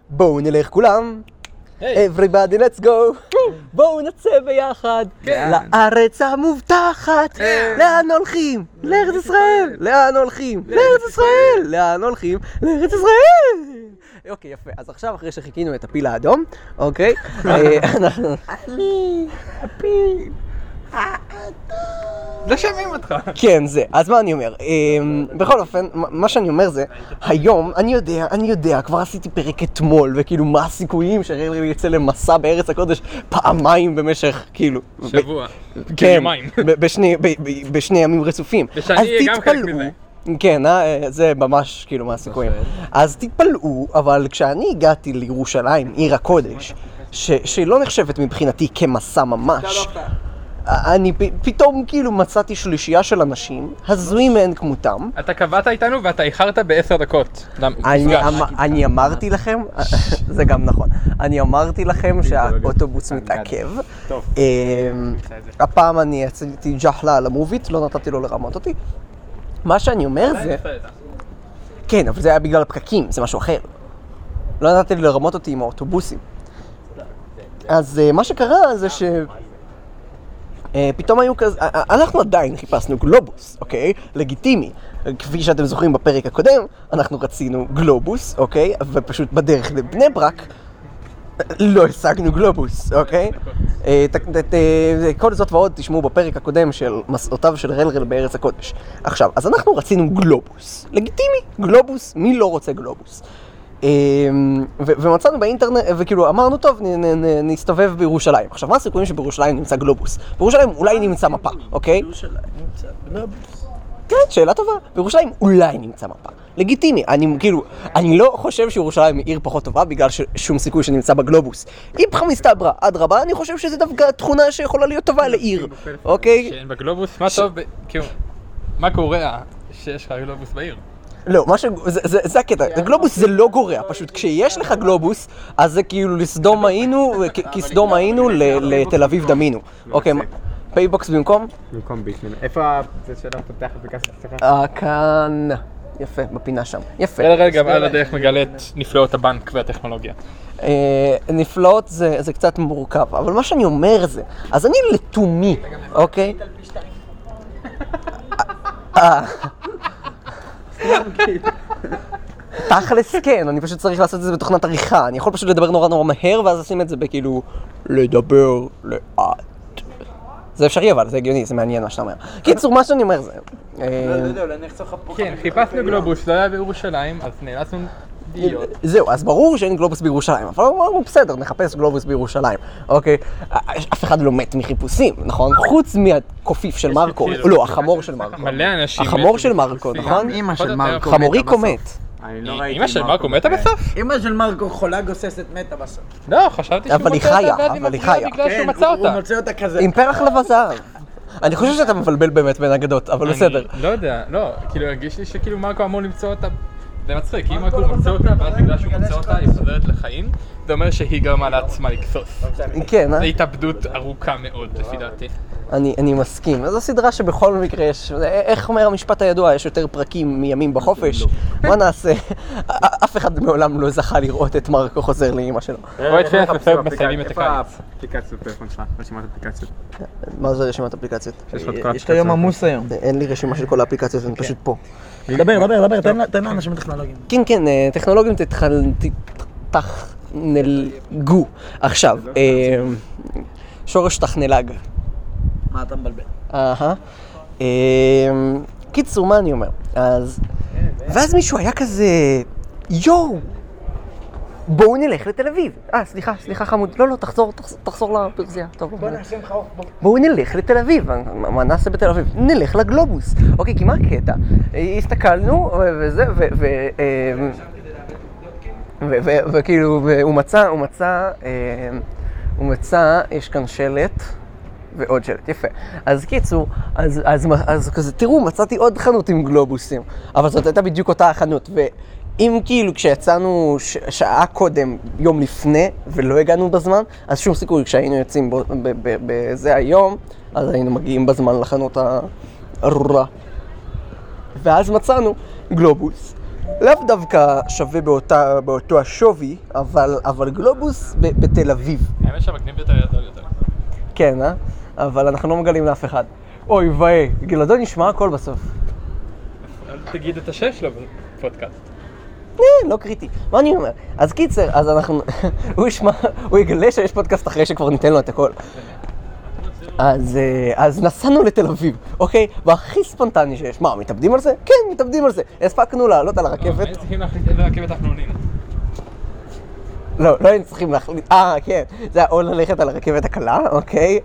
בואו נלך כולם. Everybody let's go. בואו נצא ביחד לארץ המובטחת. לאן הולכים? לארץ ישראל. לאן הולכים? לארץ ישראל. לאן הולכים? לארץ ישראל. אוקיי, יפה. אז עכשיו אחרי שחיכינו את הפיל האדום, אוקיי, אנחנו... הפיל לא שומעים אותך. כן, זה. אז מה אני אומר? בכל אופן, מה שאני אומר זה, היום, אני יודע, כבר עשיתי פרק אתמול, וכאילו מה הסיכויים שרל יצא למסע בארץ הקודש פעמיים במשך, כאילו... שבוע. כן, בשני ימים רצופים. ושאני אהיה גם חלק מזה. כן, זה ממש כאילו מה הסיכויים. אז תתפלאו, אבל כשאני הגעתי לירושלים, עיר הקודש, שלא נחשבת מבחינתי כמסע ממש, אני פתאום כאילו מצאתי שלישייה של אנשים, הזויים מאין כמותם. אתה קבעת איתנו ואתה איחרת ב10 דקות. אני אמרתי לכם, זה גם נכון, אני אמרתי לכם שהאוטובוס מתעכב. הפעם אני יצאתי ג'חלה על המובית, לא נתתי לו לרמות אותי. מה שאני אומר זה... כן, אבל זה היה בגלל הפקקים, זה משהו אחר. לא נתתי לי לרמות אותי עם האוטובוסים. אז מה שקרה זה ש... פתאום היו כזה, אנחנו עדיין חיפשנו גלובוס, אוקיי? לגיטימי. כפי שאתם זוכרים בפרק הקודם, אנחנו רצינו גלובוס, אוקיי? ופשוט בדרך לבני ברק, לא השגנו גלובוס, אוקיי? כל זאת ועוד תשמעו בפרק הקודם של מסעותיו של רל בארץ הקודש. עכשיו, אז אנחנו רצינו גלובוס. לגיטימי, גלובוס, מי לא רוצה גלובוס? ומצאנו באינטרנט, וכאילו אמרנו טוב, נסתובב בירושלים. עכשיו, מה הסיכויים שבירושלים נמצא גלובוס? בירושלים אולי נמצא מפה, אוקיי? בירושלים נמצא גלובוס. כן, שאלה טובה. בירושלים אולי נמצא מפה. לגיטימי, אני לא חושב שירושלים היא עיר פחות טובה בגלל שום סיכוי שנמצא בגלובוס. איפכא מסתברא, אדרבה, אני חושב שזה דווקא תכונה שיכולה להיות טובה לעיר, אוקיי? שאין בגלובוס, מה טוב, כאילו, מה קורה שיש לך גלובוס בעיר? לא, זה הקטע, גלובוס זה לא גורע, פשוט כשיש לך גלובוס, אז זה כאילו לסדום היינו, כסדום היינו לתל אביב דמינו. אוקיי, פייבוקס במקום? במקום ביטמן. איפה זה שאלה פותח אפליקציה? כאן, יפה, בפינה שם, יפה. רל גם על הדרך מגלה את נפלאות הבנק והטכנולוגיה. נפלאות זה קצת מורכב, אבל מה שאני אומר זה, אז אני לתומי, אוקיי? תכלס כן, אני פשוט צריך לעשות את זה בתוכנת עריכה. אני יכול פשוט לדבר נורא נורא מהר ואז לשים את זה בכאילו לדבר לאט. זה אפשרי אבל, זה הגיוני, זה מעניין מה שאתה אומר. קיצור, מה שאני אומר זה... לא, אולי נחצוך פה... כן, חיפשנו גלובוס, לא היה בירושלים, אז נאלצנו להיות. זהו, אז ברור שאין גלובוס בירושלים, אבל אמרנו בסדר, נחפש גלובוס בירושלים, אוקיי? אף אחד לא מת מחיפושים, נכון? חוץ מהקופיף של מרקו, לא, החמור של מרקו. מלא אנשים... החמור של מרקו, נכון? אמא של מרקו חמוריקו מת. אמא של מרקו מתה בסוף? אמא של מרקו חולה גוססת מתה בסוף. לא, חשבתי שהוא מוצא אותה ואז היא מפריעה בגלל שהוא מצא אותה. הוא מוצא אותה כזה. עם פרח לב הזהב. אני חושב שאתה מבלבל באמת בין אגדות, אבל בסדר. לא יודע, לא, כאילו הרגיש לי שכאילו מרקו אמור למצוא אותה. זה מצחיק, אם מרקו מוצא אותה ואז בגלל שהוא מוצא אותה היא חוזרת לחיים, זה אומר שהיא גרמה לעצמה לקסוס. כן, זו התאבדות ארוכה מאוד לפי דעתי. אני מסכים. זו סדרה שבכל מקרה יש, איך אומר המשפט הידוע, יש יותר פרקים מימים בחופש. מה נעשה? אף אחד מעולם לא זכה לראות את מרקו חוזר לאמא שלו. או את פינס ופרק מסיימים את הקיץ. איפה האפליקציות בטלפון שלך? רשימת אפליקציות. מה זה רשימת אפליקציות? יש לך יום עמוס היום. אין לי רשימה של כל האפליקציות, אני פשוט פה. דבר, תן לאנשים טכנולוגיים. כן, טכנולוגיים תכנלגו. עכשיו, שורש תכנלג. מה אתה מבלבל? קיצור, מה אני אומר? ואז מישהו היה כזה, יואו, בואו נלך לתל אביב. סליחה חמוד, לא, תחזור לפרזיה. בוא נעשה לך אוף, בוא. בואו נלך לתל אביב. מה נעשה בתל אביב? נלך לגלובוס. אוקיי, כי מה הקטע? הסתכלנו וזה, וכאילו, הוא מצא, יש כאן שלט, ועוד שלט, יפה. אז קיצור, אז כזה, תראו, מצאתי עוד חנות עם גלובוסים, אבל זאת הייתה בדיוק אותה החנות, ואם כאילו כשיצאנו שעה קודם, יום לפני, ולא הגענו בזמן, אז שום סיכוי כשהיינו יוצאים בזה היום, אז היינו מגיעים בזמן לחנות הארורה. ואז מצאנו גלובוס, לאו דווקא שווה באותו השווי, אבל גלובוס בתל אביב. האמת שהמגניב יותר ידול יותר. כן, אבל אנחנו לא מגלים לאף אחד. אוי ואי, גלעדון נשמע הכל בסוף. אל תגיד את השם שלו בפודקאסט. לא קריטי. מה אני אומר? אז קיצר, אז אנחנו... הוא יגלה שיש פודקאסט אחרי שכבר ניתן לו את הכל. אז נסענו לתל אביב, אוקיי? והכי ספונטני שיש. מה, מתאבדים על זה? כן, מתאבדים על זה. הספקנו לעלות על הרכבת. היינו צריכים להחליט איזה רכבת אנחנו עונים. לא היינו צריכים להחליט. כן. זה היה או ללכת על הרכבת הקלה, אוקיי?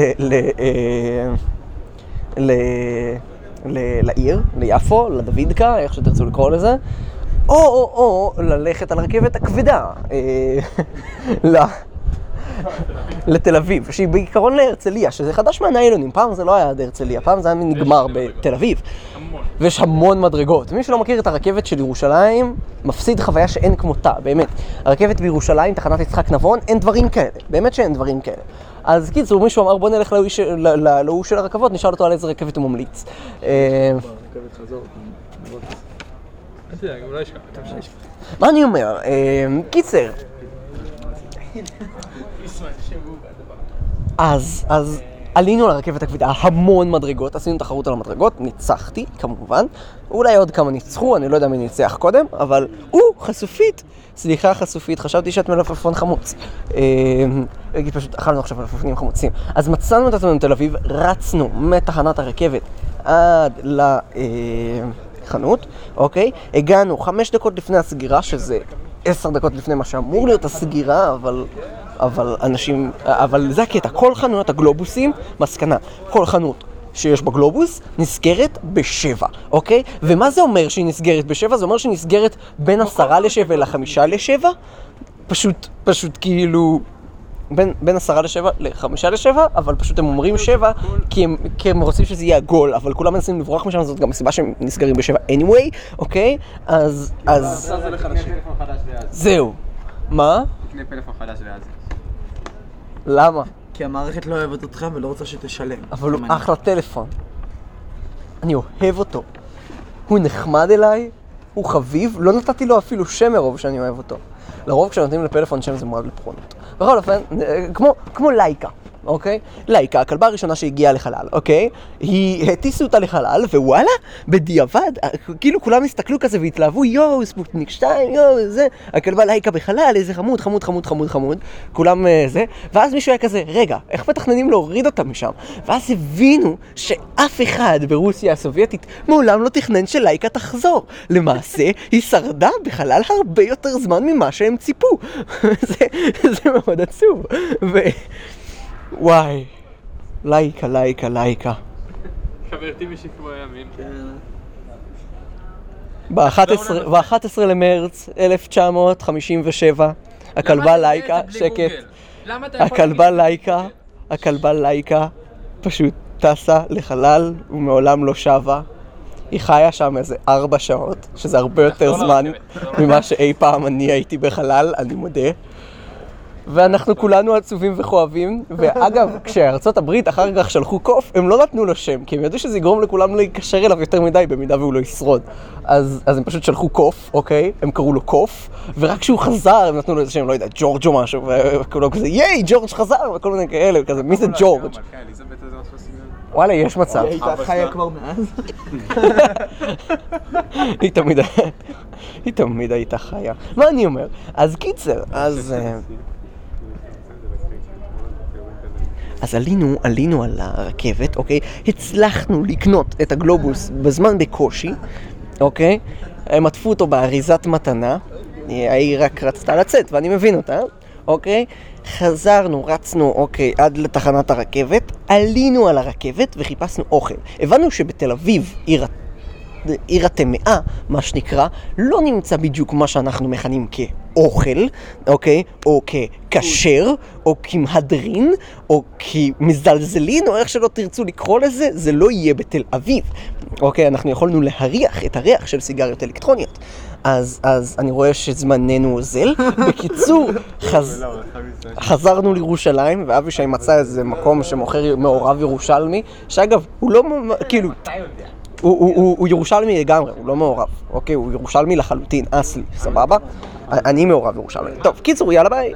לעיר, ליפו, לדוידקה, איך שתרצו לקרוא לזה. או ללכת על הרכבת הכבדה. לתל אביב, שהיא בעיקרון להרצליה, שזה חדש מהניילונים. פעם זה לא היה עד הרצליה, פעם זה היה נגמר בתל אביב. ויש המון מדרגות. מי שלא מכיר את הרכבת של ירושלים, מפסיד חוויה שאין כמותה, באמת. הרכבת בירושלים, תחנת יצחק נבון, אין דברים כאלה. באמת שאין דברים כאלה. אז קיצור, מישהו אמר בוא נלך להוא של הרכבות, נשאל אותו על איזה רכבת הוא ממליץ. רכבת חזור. אל תדאג, אולי ישכח. מה אני אומר? קיצר. אז עלינו לרכבת הכבדה, המון מדרגות, עשינו תחרות על המדרגות, ניצחתי כמובן, אולי עוד כמה ניצחו, אני לא יודע מי ניצח קודם, אבל חשופית, סליחה חשופית, חשבתי שאת מלפפון חמוץ, פשוט אכלנו עכשיו מלפפונים חמוצים, אז מצאנו את עצמנו בתל אביב, רצנו מתחנת הרכבת עד לחנות, אוקיי, הגענו 5 דקות לפני הסגירה, שזה 10 דקות לפני מה שאמור להיות הסגירה, אבל זה הקטע, כל חנויות הגלובוסים, מסקנה, כל חנות שיש בגלובוס נסגרת ב7, אוקיי? ומה זה אומר שהיא נסגרת ב7? זה אומר שהיא נסגרת בין 10 ל7 ל5 ל7? פשוט כאילו... בין 10 ל7 ל5 ל7, אבל פשוט הם אומרים 7 כי הם רוצים שזה יהיה עגול, אבל כולם מנסים לברוח משם, זאת גם הסיבה שהם נסגרים ב7 anyway, אוקיי? אז... זהו. מה? תקנה פלאפון חדש ואז. למה? כי המערכת לא אוהבת אותך ולא רוצה שתשלם. אבל הוא אחלה טלפון. אני אוהב אותו. הוא נחמד אליי, הוא חביב, לא נתתי לו אפילו שם מרוב שאני אוהב אותו. לרוב כשנותנים לפלאפון שם זה מועד לפרונות. בכל אופן, כמו לייקה, אוקיי? לייקה, הכלבה הראשונה שהגיעה לחלל, אוקיי? הטיסו אותה לחלל, ווואלה, בדיעבד, כאילו כולם הסתכלו כזה והתלהבו, יואו, ספוטניק 2, יואו, זה, הכלבה לייקה בחלל, איזה חמוד, חמוד, חמוד, חמוד, חמוד, כולם זה, ואז מישהו היה כזה, רגע, איך מתכננים להוריד אותה משם? ואז הבינו שאף אחד ברוסיה הסובייטית מעולם לא תכנן שלייקה תחזור. למעשה, היא שרדה בחלל הרבה יותר זמן ממה שהם ציפו. זה מאוד עצוב. וואי, לייקה. חברתי משיפור הימין. ב-11 למרץ 1957, הכלבה לייקה, שקט, הכלבה לייקה פשוט טסה לחלל ומעולם לא שווה. היא חיה שם איזה 4 שעות, שזה הרבה יותר זמן ממה שאי פעם אני הייתי בחלל, אני מודה. ואנחנו כולנו עצובים וכואבים, ואגב, כשארצות הברית אחר כך שלחו קוף, הם לא נתנו לו שם, כי הם ידעו שזה יגרום לכולם להיקשר אליו יותר מדי, במידה והוא לא ישרוד. אז הם פשוט שלחו קוף, אוקיי? הם קראו לו קוף, ורק כשהוא חזר, הם נתנו לו איזה שם, לא יודע, ג'ורג' או משהו, וכולם כזה, ייי, ג'ורג' חזר, וכל מיני כאלה, כזה, מי זה ג'ורג'? וואלה, יש מצב. היא הייתה חיה כבר מאז? היא תמיד הייתה חיה. מה אני אומר? אז קיצר, אז עלינו על הרכבת, אוקיי? הצלחנו לקנות את הגלובוס בזמן בקושי, אוקיי? הם עטפו אותו באריזת מתנה, היא רק רצתה לצאת, ואני מבין אותה, אוקיי? חזרנו, רצנו, אוקיי, עד לתחנת הרכבת, עלינו על הרכבת וחיפשנו אוכל. הבנו שבתל אביב, עיר התמאה, מה שנקרא, לא נמצא בדיוק מה שאנחנו מכנים כאוכל, אוקיי? או ככשר, או כמהדרין, או כמזלזלין, או איך שלא תרצו לקרוא לזה, זה לא יהיה בתל אביב. אוקיי, אנחנו יכולנו להריח את הריח של סיגריות אלקטרוניות. אז אני רואה שזמננו אוזל. בקיצור, חזרנו לירושלים, ואבישי מצא איזה מקום שמוכר מעורב ירושלמי, שאגב, הוא לא, כאילו... הוא ירושלמי לגמרי, הוא לא מעורב, אוקיי? הוא ירושלמי לחלוטין, אסלי, סבבה? אני מעורב ירושלמי. טוב, קיצור, יאללה ביי.